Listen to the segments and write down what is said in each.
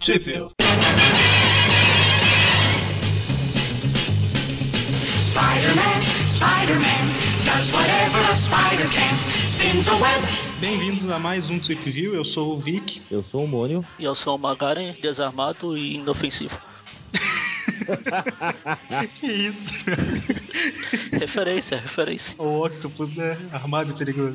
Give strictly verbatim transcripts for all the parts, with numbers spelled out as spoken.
Sheffield. Spider-Man, Spider-Man, does whatever a spider can, spins a web. Bem-vindos a mais um Trip View, eu sou o Vic. Eu sou o Mônio. E eu sou o Magaren, desarmado e inofensivo. Que isso? Referência, referência. O Octopus, né? Armado e perigoso.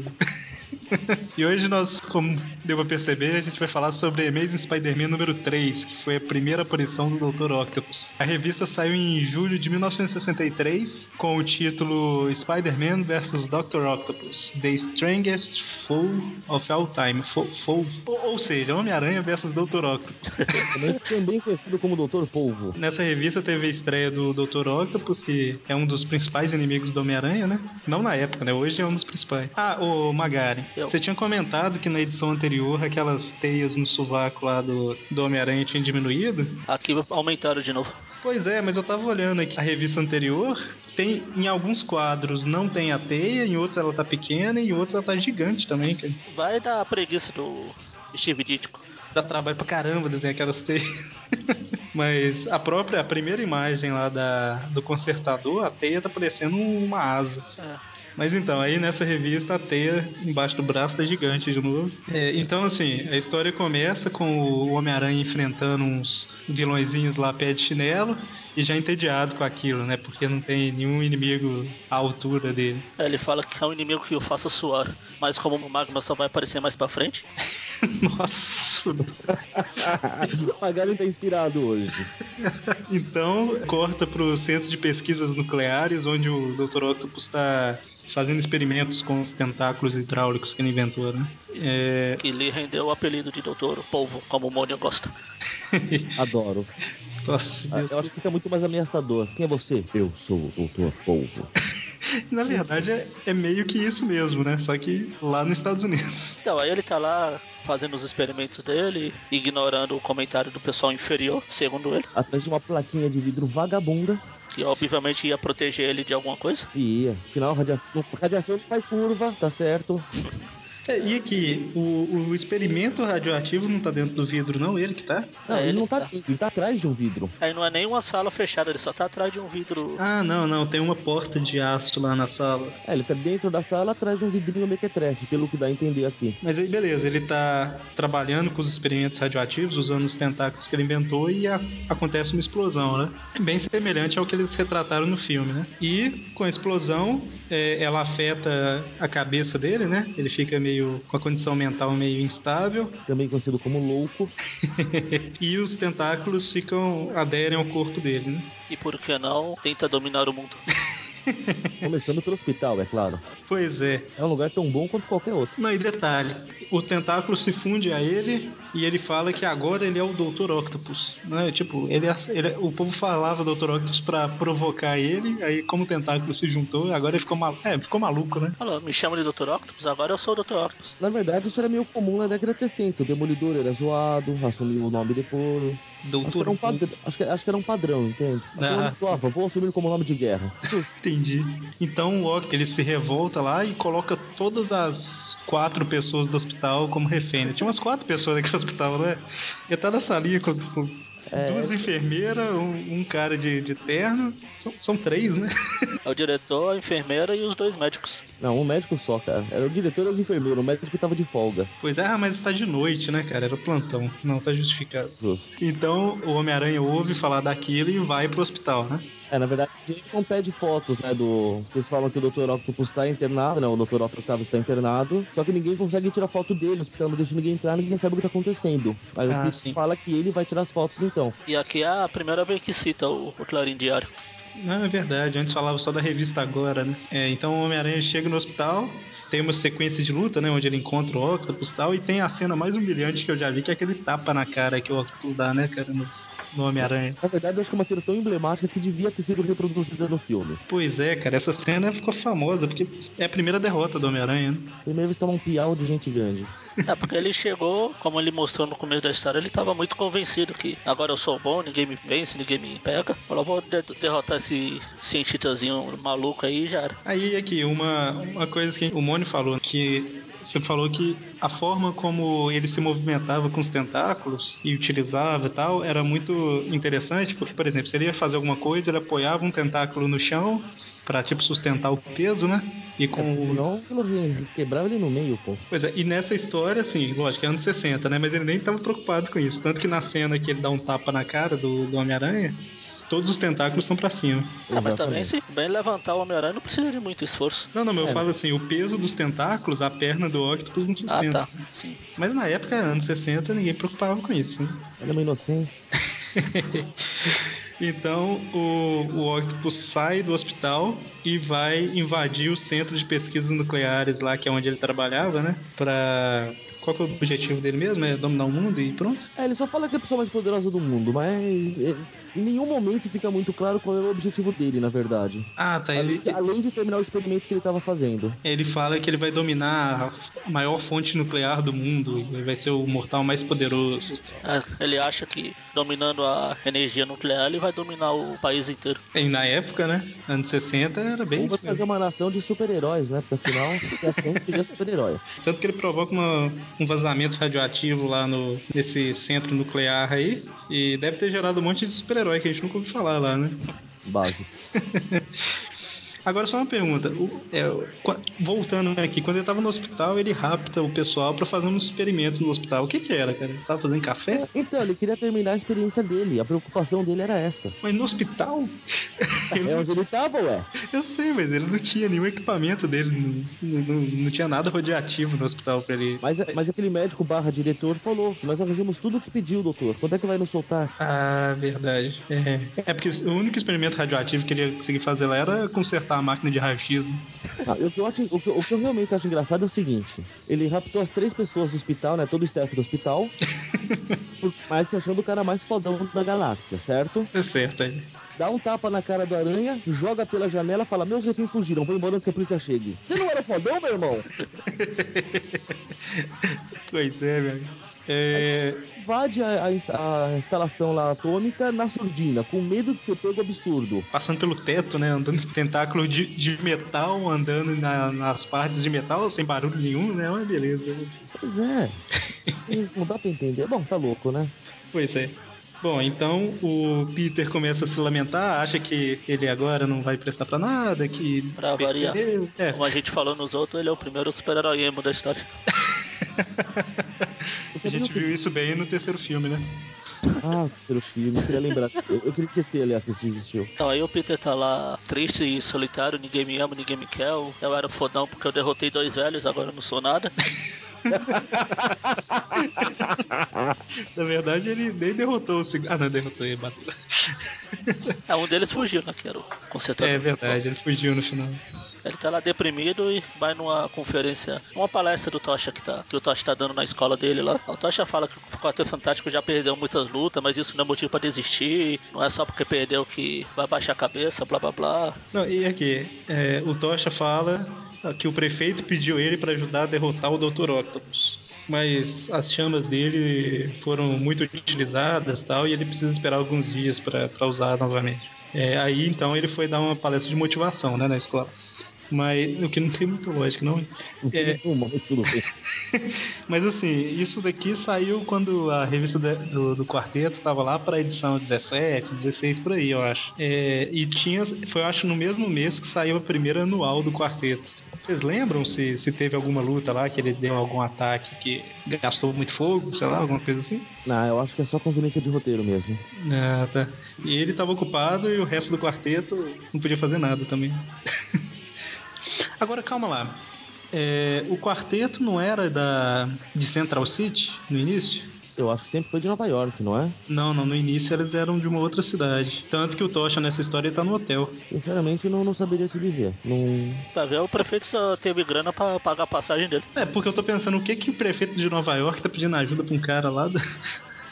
E hoje nós, como deu pra perceber, a gente vai falar sobre Amazing Spider-Man número três, que foi a primeira aparição do doutor Octopus. A revista saiu em julho de mil novecentos e sessenta e três com o título Spider-Man versus doutor Octopus, The Strangest Foe of All Time. Fo, fo, ou, ou seja, Homem-Aranha versus doutor Octopus. Também, também conhecido como doutor Polvo. Nessa revista teve a estreia do doutor Octopus, que é um dos principais inimigos do Homem-Aranha, né? Não na época, né? Hoje é um dos principais. Ah, ô Magari, Eu. você tinha comentado que na edição anterior aquelas teias no sovaco lá do, do Homem-Aranha tinham diminuído? Aqui aumentaram de novo. Pois é, mas eu tava olhando aqui a revista anterior, tem em alguns quadros não tem a teia, em outros ela tá pequena e em outros ela tá gigante também, cara. Vai dar preguiça do Steve Ditko. Dá trabalho pra caramba desenhar aquelas teias. Mas a própria, a primeira imagem lá da, do consertador, a teia tá parecendo uma asa. É. Mas então, aí nessa revista a teia embaixo do braço tá gigante de novo. É, então, assim, a história começa com o Homem-Aranha enfrentando uns vilõezinhos lá pé de chinelo e já entediado com aquilo, né? Porque não tem nenhum inimigo à altura dele. É, ele fala que é um inimigo que o faça suar, mas como o Magma só vai aparecer mais pra frente. Nossa! O Magaren tá inspirado hoje. Então, corta pro Centro de Pesquisas Nucleares, onde o doutor Octopus está fazendo experimentos com os tentáculos hidráulicos que ele inventou, né? É... Que lhe rendeu o apelido de Doutor Polvo, como o Mônio gosta. Adoro. Nossa, Ah, Deus. eu acho que fica muito mais ameaçador. Quem é você? Eu sou o doutor Polvo. Na verdade, é, é meio que isso mesmo, né? Só que lá nos Estados Unidos. Então, aí ele tá lá fazendo os experimentos dele, ignorando o comentário do pessoal inferior, segundo ele, Atrás de uma plaquinha de vidro vagabunda. que obviamente ia proteger ele de alguma coisa. E ia. Afinal, radiação, radiação não faz curva, tá certo. É, e aqui, o, o experimento radioativo não tá dentro do vidro, não? Ele que tá? Não, É ele ele não que tá tá. dentro, ele tá atrás de um vidro. Aí não é nenhuma sala fechada, ele só tá atrás de um vidro. Ah, não, não. Tem uma porta de aço lá na sala. É, ele fica dentro da sala atrás de um vidrinho mequetrefe, pelo que dá a entender aqui. Mas aí, beleza, ele tá trabalhando com os experimentos radioativos, usando os tentáculos que ele inventou e a, acontece uma explosão, né? Bem semelhante ao que eles retrataram no filme, né? E com a explosão, é, ela afeta a cabeça dele, né? Ele fica meio com a condição mental meio instável. Também conhecido como louco. E os tentáculos ficam aderem ao corpo dele, né? E por que não, tenta dominar o mundo. Começando pelo hospital, é claro. Pois é. É um lugar tão bom quanto qualquer outro. Não, e detalhe, o tentáculo se funde a ele e ele fala que agora ele é o doutor Octopus, né? Tipo, ele, ele, o povo falava doutor Octopus pra provocar ele, aí como o tentáculo se juntou, agora ele ficou maluco, é, ficou maluco, né? Falou, me chama de doutor Octopus, agora eu sou o doutor Octopus. Na verdade, isso era meio comum na década de sessenta. O Demolidor era zoado, assumiu o nome depois. Doutor Acho que era um, pad... acho que, acho que era um padrão, entende? Ah. O nome zoava, vou assumir como nome de guerra. Justo. Entendi. Então o Octopus, ele se revolta lá e coloca todas as quatro pessoas do hospital como refém. Tinha umas quatro pessoas naquele hospital, né? Ele tá na salinha com, com É... duas enfermeiras, um, um cara de, de terno. São, são três, né? É o diretor, a enfermeira e os dois médicos. Não, um médico só, cara. Era o diretor e as enfermeiras, o médico tava de folga. Pois é, ah, mas tá de noite, né, cara? Era plantão. Não, tá justificado. Justo. Então o Homem-Aranha ouve falar daquilo e vai pro hospital, né? É, na verdade, ele não pede fotos, né, do... Eles falam que o doutor Octopus tá internado, né, o doutor Octopus tá internado, só que ninguém consegue tirar foto dele, o hospital não deixa ninguém entrar, ninguém sabe o que tá acontecendo. Aí Ah, o Peter sim. fala que ele vai tirar as fotos, então. E aqui é a primeira vez que cita o, o Clarim Diário. Não, é verdade. Antes falava só da revista Agora, né? É, então o Homem-Aranha chega no hospital, tem uma sequência de luta, né? Onde ele encontra o Octopus e tal, e tem a cena mais humilhante que eu já vi, que é aquele tapa na cara que o Octopus dá, né, cara? No, no Homem-Aranha. Na verdade, eu acho que é uma cena tão emblemática que devia ter sido reproduzida no filme. Pois é, cara, essa cena ficou famosa, porque é a primeira derrota do Homem-Aranha, né? Primeiro eles tomam um piau de gente grande. É, porque ele chegou, como ele mostrou no começo da história, ele tava muito convencido que agora eu sou bom, ninguém me vence, ninguém me pega. Falou, vou de derrotar esse cientitazinho maluco aí e já era. Aí aqui, uma, uma coisa que o Mônio falou, que você falou que a forma como ele se movimentava com os tentáculos e utilizava e tal era muito interessante, porque, por exemplo, se ele ia fazer alguma coisa, ele apoiava um tentáculo no chão pra, tipo, sustentar o peso, né? E É, com porque o... senão aquilo re- quebrava ele no meio, pô. Pois é, e nessa história, assim, lógico, é anos sessenta, né? Mas ele nem tava preocupado com isso. Tanto que na cena que ele dá um tapa na cara do, do Homem-Aranha, todos os tentáculos estão pra cima. Ah, mas também Exatamente. se bem levantar o Homem-Aranha não precisa de muito esforço. Não, não, mas eu É. falo assim, o peso dos tentáculos, a perna do Octopus não Ah, sustenta. tá. Sim. Mas na época, anos sessenta, ninguém preocupava com isso, né? Era uma inocência. Então o, o Octopus sai do hospital e vai invadir o centro de pesquisas nucleares lá, que é onde ele trabalhava, né? Pra... Qual que é o objetivo dele mesmo? É dominar o mundo e pronto? É, ele só fala que é a pessoa mais poderosa do mundo, mas é, em nenhum momento fica muito claro qual é o objetivo dele, na verdade. Ah, tá. Além Ele, de, além de terminar o experimento que ele estava fazendo. ele fala que ele vai dominar a maior fonte nuclear do mundo e vai ser o mortal mais poderoso. Ah, ele acha que dominando a energia nuclear ele vai dominar o país inteiro. E na época, né? Anos sessenta era bem Ou vai isso fazer mesmo. uma nação de super-heróis, né? Porque afinal, criação seria super-herói. Tanto que ele provoca uma, um vazamento radioativo lá no, nesse centro nuclear aí. E deve ter gerado um monte de super-herói que a gente nunca ouviu falar lá, né? Básico. Agora só uma pergunta. O- é, o- qua- voltando aqui, quando ele tava no hospital, ele rapta o pessoal pra fazer uns experimentos no hospital. O que que era, cara? Ele tava fazendo café? É, então, ele queria terminar a experiência dele. A preocupação dele era essa. Mas no hospital? Ele É não- onde ele tava, ué. eu sei, mas ele não tinha nenhum equipamento dele. Não, não, não tinha nada radioativo no hospital pra ele. Mas, mas aquele médico barra diretor falou que nós arranjamos tudo o que pediu, doutor. Quando é que vai nos soltar? Ah, verdade. É. É porque o único experimento radioativo que ele ia conseguir fazer lá era consertar a máquina de raio-x. Né? Ah, o, que eu acho, o, que, eu- o que eu realmente acho engraçado é o seguinte: ele raptou as três pessoas do hospital, né? Todo o staff do hospital, por- mas se achando o cara mais fodão da galáxia, certo? É certo aí. Dá um tapa na cara do aranha, joga pela janela, fala: Meus reféns fugiram, vou embora antes que a polícia chegue. Você não era fodão, meu irmão? Pois é, velho. É. Invade a, a ins- a instalação lá atômica na surdina, com medo de ser pego absurdo. Passando pelo teto, né? Andando com tentáculo de, de metal, andando na- nas partes de metal, sem barulho nenhum, né? Uma beleza. Pois é, isso não dá pra entender. Bom, tá louco, né? Pois é. Bom, então o Peter começa a se lamentar, acha que ele agora não vai prestar pra nada, que Pra variar. perdeu. É. Como a gente falou nos outros, ele é o primeiro super-herói emo da história. Eu A também não gente viu tenho... isso bem no terceiro filme, né? Ah, o terceiro filme, eu queria lembrar. Eu, eu queria esquecer, aliás, que isso existiu. Então aí o Peter tá lá triste e solitário, ninguém me ama, ninguém me quer. Eu era fodão porque eu derrotei dois velhos, agora eu não sou nada. Na verdade, ele nem derrotou o segundo. Ah, não, derrotou, ele bateu. É, um deles fugiu, né? Que era o É consertador. verdade, ele fugiu no final. Ele tá lá deprimido e vai numa conferência, uma palestra do Tocha que, tá, que o Tocha tá dando na escola dele lá. O Tocha fala que o Quarteto Fantástico já perdeu muitas lutas, mas isso não é motivo pra desistir. Não é só porque perdeu que vai baixar a cabeça, blá blá blá. Não, e aqui, é, o Tocha fala que o prefeito pediu ele para ajudar a derrotar o doutor Octopus. Mas as chamas dele foram muito utilizadas tal, e ele precisa esperar alguns dias para usar novamente. É, aí então ele foi dar uma palestra de motivação, né, na escola. Mas o que não tem muita lógica, não. Não tem É, nenhuma, mas tudo bem. mas assim, isso daqui saiu quando a revista de- do, do Quarteto estava lá para a edição dezessete, dezesseis por aí, eu acho. É, e tinha, foi eu acho no mesmo mês que saiu a primeira anual do Quarteto. Vocês lembram se, se teve alguma luta lá que ele deu algum ataque que gastou muito fogo, sei lá, alguma coisa assim? Não, eu acho que é só conveniência de roteiro mesmo. Ah, tá. E ele estava ocupado e o resto do quarteto não podia fazer nada também. Agora calma lá. É, o quarteto não era da de Central City no início? Eu acho que sempre foi de Nova York, não é? Não, não, no início eles eram de uma outra cidade. Tanto que o Tocha nessa história tá no hotel. Sinceramente, não, não saberia te dizer. Não... Pra ver, o prefeito só teve grana pra pagar a passagem dele. É, porque eu tô pensando o que que o prefeito de Nova York tá pedindo ajuda pra um cara lá do...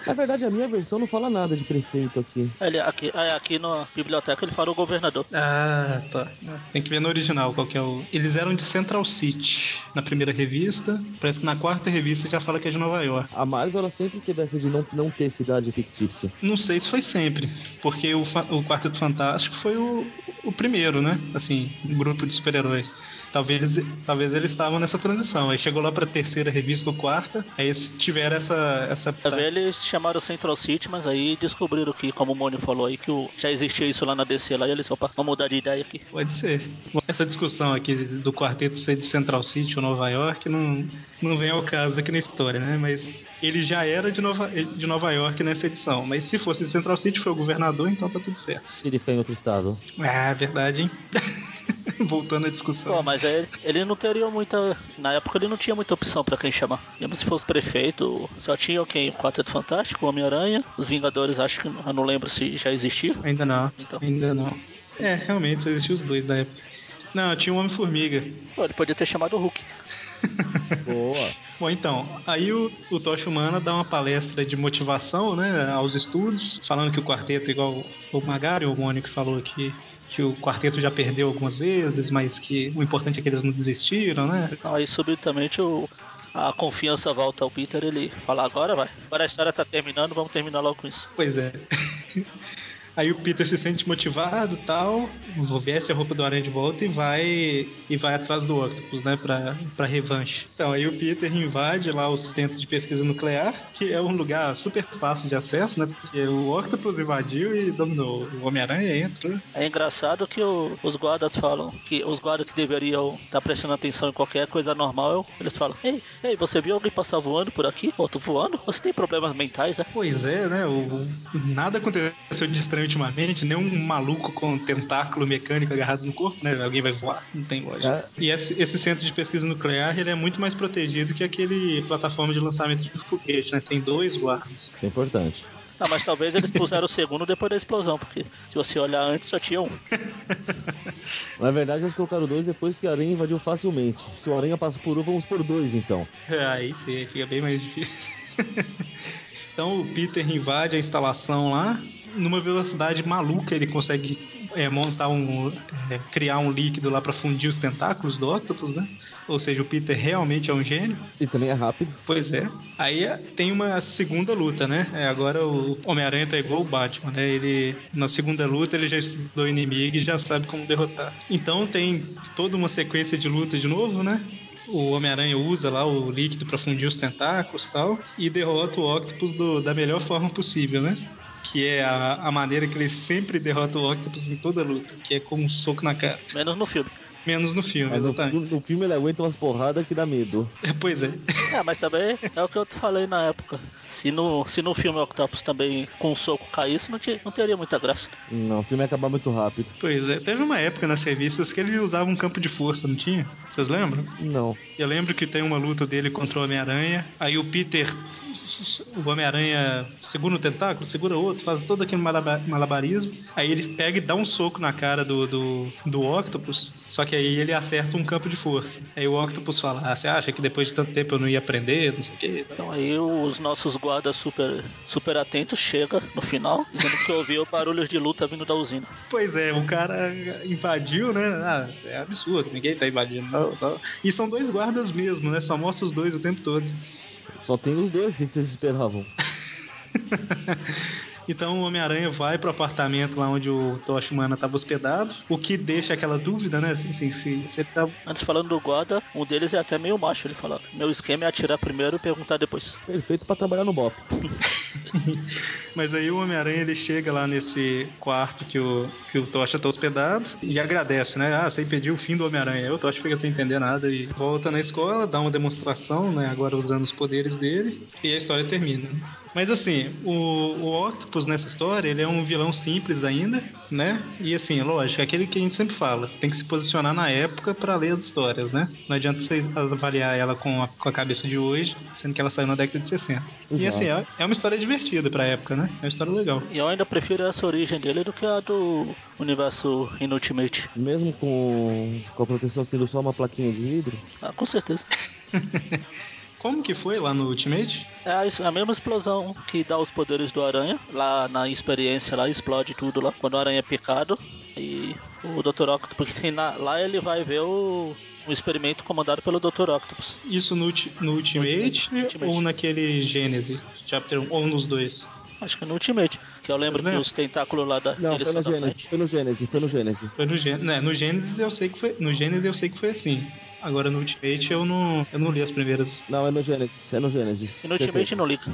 Na verdade, a minha versão não fala nada de prefeito aqui. Ele, aqui, é, aqui na biblioteca ele fala o governador. Ah, tá. Tem que ver no original qual que é o. Eles eram de Central City na primeira revista. Parece que na quarta revista já fala que é de Nova York. A Marvel, ela sempre teve essa de não, não ter cidade fictícia. Não sei se foi sempre, porque o, fa- o Quarteto Fantástico foi o, o primeiro, né? Assim, um grupo de super-heróis. Talvez, eles- talvez eles estavam nessa transição. Aí chegou lá pra terceira revista ou quarta, aí eles tiveram essa. essa... Talvez eles chamaram Central City, mas aí descobriram que, como o Mônio falou aí, que o, já existia isso lá na D C lá, e eles, opa, vamos mudar de ideia aqui. Pode ser. Essa discussão aqui do quarteto ser de Central City ou Nova York não, não vem ao caso aqui na história, né? Mas ele já era de Nova, de Nova York nessa edição. Mas se fosse de Central City, foi o governador, então tá tudo certo. Se ele ficar em outro estado. Ah, verdade, hein? Voltando à Pô, discussão. mas ele, ele não teria muita. Na época ele não tinha muita opção pra quem chamar. Mesmo se fosse prefeito, só tinha quem? O Quarteto Fantástico, o Homem-Aranha, os Vingadores, acho que eu não lembro se já existia. Ainda não, Então. ainda não. É, realmente, só existiam os dois da época. Não, tinha o Homem-Formiga. Pô, ele podia ter chamado o Hulk. Boa. Bom, então, aí o, o Tocha Humana dá uma palestra de motivação, né, aos estudos, falando que o quarteto, igual o Magari ou o Mônica falou aqui, que o quarteto já perdeu algumas vezes, mas que o importante é que eles não desistiram, né? Então aí subitamente o, a confiança volta ao Peter, ele fala, agora vai. Agora a história tá terminando, vamos terminar logo com isso. Pois é. Aí o Peter se sente motivado, tal, veste a roupa do Aranha de volta e vai e vai atrás do Octopus, né, pra, pra revanche. Então aí o Peter invade lá o centro de pesquisa nuclear, que é um lugar super fácil de acesso, né, porque o Octopus invadiu e dominou. O Homem-Aranha entra. É engraçado que o- os guardas falam que os guardas que deveriam estar prestando atenção em qualquer coisa normal, eles falam, ei, ei, você viu alguém passar voando por aqui? Ô, tô voando? Você tem problemas mentais, né? Pois é, né, o, nada aconteceu de estranho ultimamente, nem um maluco com um tentáculo mecânico agarrado no corpo, né, alguém vai voar, não tem lógica. É, E esse, esse centro de pesquisa nuclear, ele é muito mais protegido que aquele plataforma de lançamento de foguete, né? Tem dois guardas. isso é importante. Ah, mas talvez eles puseram o segundo depois da explosão, porque se você olhar antes só tinha um. Na verdade, eles colocaram dois depois que a aranha invadiu facilmente. Se o aranha passa por um, vamos por dois, então. É, aí sim, fica bem mais difícil. Então o Peter invade a instalação lá. Numa velocidade maluca, ele consegue é, montar um. É, criar um líquido lá para fundir os tentáculos do Octopus, né? Ou seja, o Peter realmente é um gênio. E também é rápido. Pois é. Aí é, tem uma segunda luta, né? É, agora o Homem-Aranha tá igual o Batman, né? Ele, na segunda luta, ele já estudou o inimigo e já sabe como derrotar. Então tem toda uma sequência de luta de novo, né? O Homem-Aranha usa lá o líquido para fundir os tentáculos e tal, e derrota o Octopus do, da melhor forma possível, né? Que é a, a maneira que ele sempre derrota o Octopus em toda luta, que é com um soco na cara. Menos no filme. Menos no filme, É, no, exatamente. filme- no filme ele aguenta umas porradas que dá medo. Pois é. É, mas também é o que eu te falei na época. Se no, se no filme o Octopus também com um soco caísse, não, te, não teria muita graça. Não, o filme ia acabar muito rápido. Pois é. Teve uma época nas revistas que ele usava um campo de força, não tinha? Vocês lembram? Não. Eu lembro que tem uma luta dele contra o Homem-Aranha. Aí o Peter, o Homem-Aranha segura um tentáculo, segura outro, faz todo aquele malaba- malabarismo. Aí ele pega e dá um soco na cara do, do, do Octopus. Só que aí ele acerta um campo de força. Aí o Octopus fala: ah, você acha que depois de tanto tempo eu não ia aprender? Não sei o quê. Então aí os nossos guardas super, super atentos chegam no final, dizendo que ouviu barulhos de luta vindo da usina. Pois é, o cara invadiu, né? Ah, é absurdo, ninguém tá invadindo. Não, não. E são dois guardas mesmo, né? Só mostra os dois o tempo todo. Só tem os dois, o que vocês esperavam? Então o Homem-Aranha vai pro apartamento lá onde o Tocha Humana estava hospedado, o que deixa aquela dúvida, né? Assim, assim, se, se ele tá... Antes falando do guarda, um deles é até meio macho, ele fala, meu esquema é atirar primeiro e perguntar depois. Perfeito pra trabalhar no B O P. Mas aí o Homem-Aranha ele chega lá nesse quarto que o, que o Tocha tá hospedado e agradece, né? Ah, você impediu o fim do Homem-Aranha. Aí o Tocha fica sem entender nada e volta na escola, dá uma demonstração, né? Agora usando os poderes dele, e a história termina. Mas assim, o, o Octopus nessa história, ele é um vilão simples ainda, né? E assim, lógico, é aquele que a gente sempre fala, você tem que se posicionar na época pra ler as histórias, né? Não adianta você avaliar ela com a, com a cabeça de hoje, sendo que ela saiu na década de sessenta. E assim, Exato. é, é uma história divertida pra época, né? É uma história legal. E eu ainda prefiro essa origem dele do que a do universo in Ultimate. Mesmo com, com a proteção sendo só uma plaquinha de vidro. Ah, com certeza. Como que foi lá no Ultimate? É a, es- a mesma explosão que dá os poderes do Aranha. Lá na experiência, lá explode tudo lá. Quando o Aranha é picado. E o doutor Octopus, porque assim, na- lá ele vai ver o, um experimento comandado pelo doutor Octopus. Isso no, ulti- no Ultimate, Ultimate. ou naquele Gênesis, Chapter um, ou nos dois? Acho que no Ultimate. Que eu lembro Vocês que lembram? os tentáculos lá da, Não, eles foi são no da Gênesis, frente. foi no Gênesis, foi no Gênesis. Foi no Gênesis, né, no Gênesis eu sei que foi, no Gênesis eu sei que foi assim. Agora no Ultimate eu não, eu não li as primeiras. Não, é no Gênesis, é no Gênesis. E no Ultimate Certeza. não liga.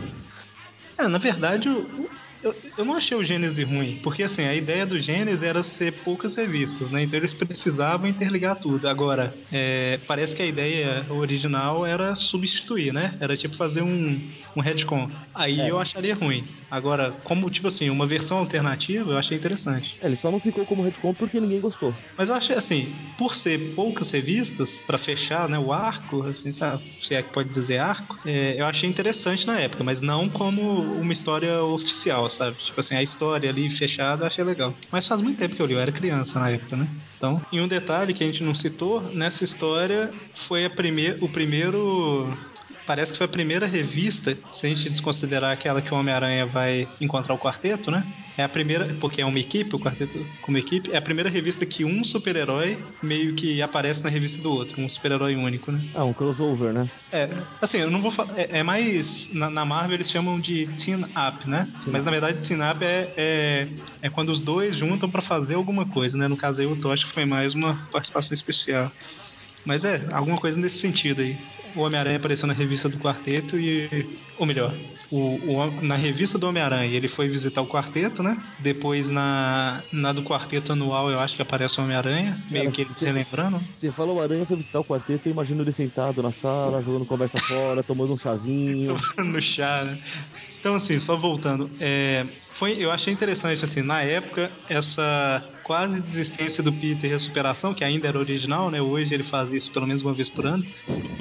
É, na verdade, o- eu, eu não achei o Gênesis ruim, porque assim, a ideia do Gênesis era ser poucas revistas, né? Então eles precisavam interligar tudo. Agora, é, parece que a ideia original era substituir, né? Era tipo fazer um, um retcon. Aí É. eu acharia ruim. Agora, como tipo assim, uma versão alternativa, eu achei interessante. É, ele só não ficou como retcon porque ninguém gostou. Mas eu achei assim, por ser poucas revistas pra fechar, né, o arco, assim, sabe, se é que pode dizer arco, é, eu achei interessante na época, mas não como uma história oficial, sabe? Tipo assim, a história ali fechada eu achei legal. Mas faz muito tempo que eu li, eu era criança na época, né? Então, e um detalhe que a gente não citou, nessa história foi a primeir, o primeiro. Parece que foi a primeira revista, se a gente desconsiderar aquela que o Homem-Aranha vai encontrar o quarteto, né? É a primeira, porque é uma equipe, o quarteto como equipe, é a primeira revista que um super-herói meio que aparece na revista do outro, um super-herói único, né? Ah, um crossover, né? É, assim, eu não vou falar. É, é mais. Na, na Marvel eles chamam de team up, né? Team Mas up. na verdade, team up é, é, é quando os dois juntam pra fazer alguma coisa, né? No caso aí, o Tocha foi mais uma participação especial. Mas é, alguma coisa nesse sentido aí. O Homem-Aranha apareceu na revista do quarteto e. Ou melhor, o, o, na revista do Homem-Aranha ele foi visitar o quarteto, né? Depois na, na do quarteto anual eu acho que aparece o Homem-Aranha, meio Cara, que ele se relembrando. você falou o Aranha foi visitar o quarteto, eu imagino ele sentado na sala, jogando conversa fora, tomando um chazinho. No chá, né? Então, assim, só voltando, é, foi, eu achei interessante, assim, na época, essa quase desistência do Peter e a superação, que ainda era original, né? Hoje ele faz isso pelo menos uma vez por ano.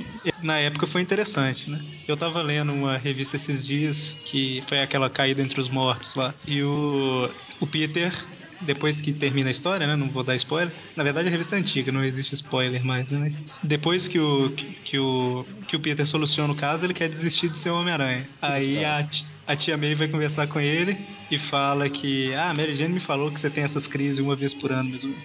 Na época foi interessante, né? Eu tava lendo uma revista esses dias, que foi aquela caída entre os mortos lá, e o, o Peter, depois que termina a história, né? Não vou dar spoiler. Na verdade, a revista é antiga, não existe spoiler mais, né? Mas depois que o, que, que o, que o Peter soluciona o caso, ele quer desistir de ser o Homem-Aranha. Que Aí legal. a, ti- a tia May vai conversar com ele e fala que, ah, a Mary Jane me falou que você tem essas crises uma vez por ano mesmo.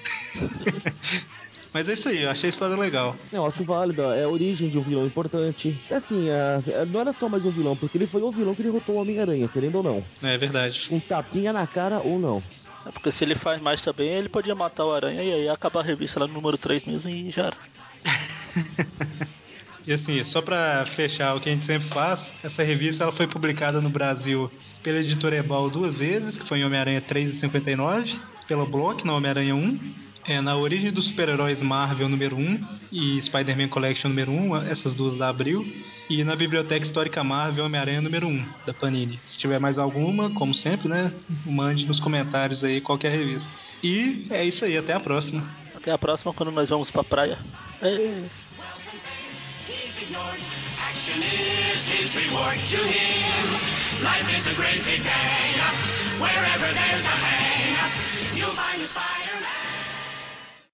Mas é isso aí, eu achei a história legal. Eu acho válida, é a origem de um vilão importante. Assim, é, é, não era só mais um vilão, porque ele foi o vilão que derrotou o Homem-Aranha, querendo ou não. É verdade. Um tapinha na cara ou não. É porque se ele faz mais também, ele podia matar o Aranha e aí acabar a revista lá no número três mesmo e já era. E assim, só pra fechar o que a gente sempre faz, essa revista ela foi publicada no Brasil pela editora Ebal duas vezes, que foi em Homem-Aranha três e cinquenta e nove, pela Block, na Homem-Aranha um, é, na Origem dos Super-Heróis Marvel número um e Spider-Man Collection número um, essas duas da Abril, e na Biblioteca Histórica Marvel Homem-Aranha número um, da Panini. Se tiver mais alguma, como sempre, né, mande nos comentários aí qualquer revista. E é isso aí, até a próxima. Até a próxima quando nós vamos pra praia. É. He's ignored. Action is his reward to him. Life is a great big bang. Wherever there's a hang, you'll find a Spider-Man.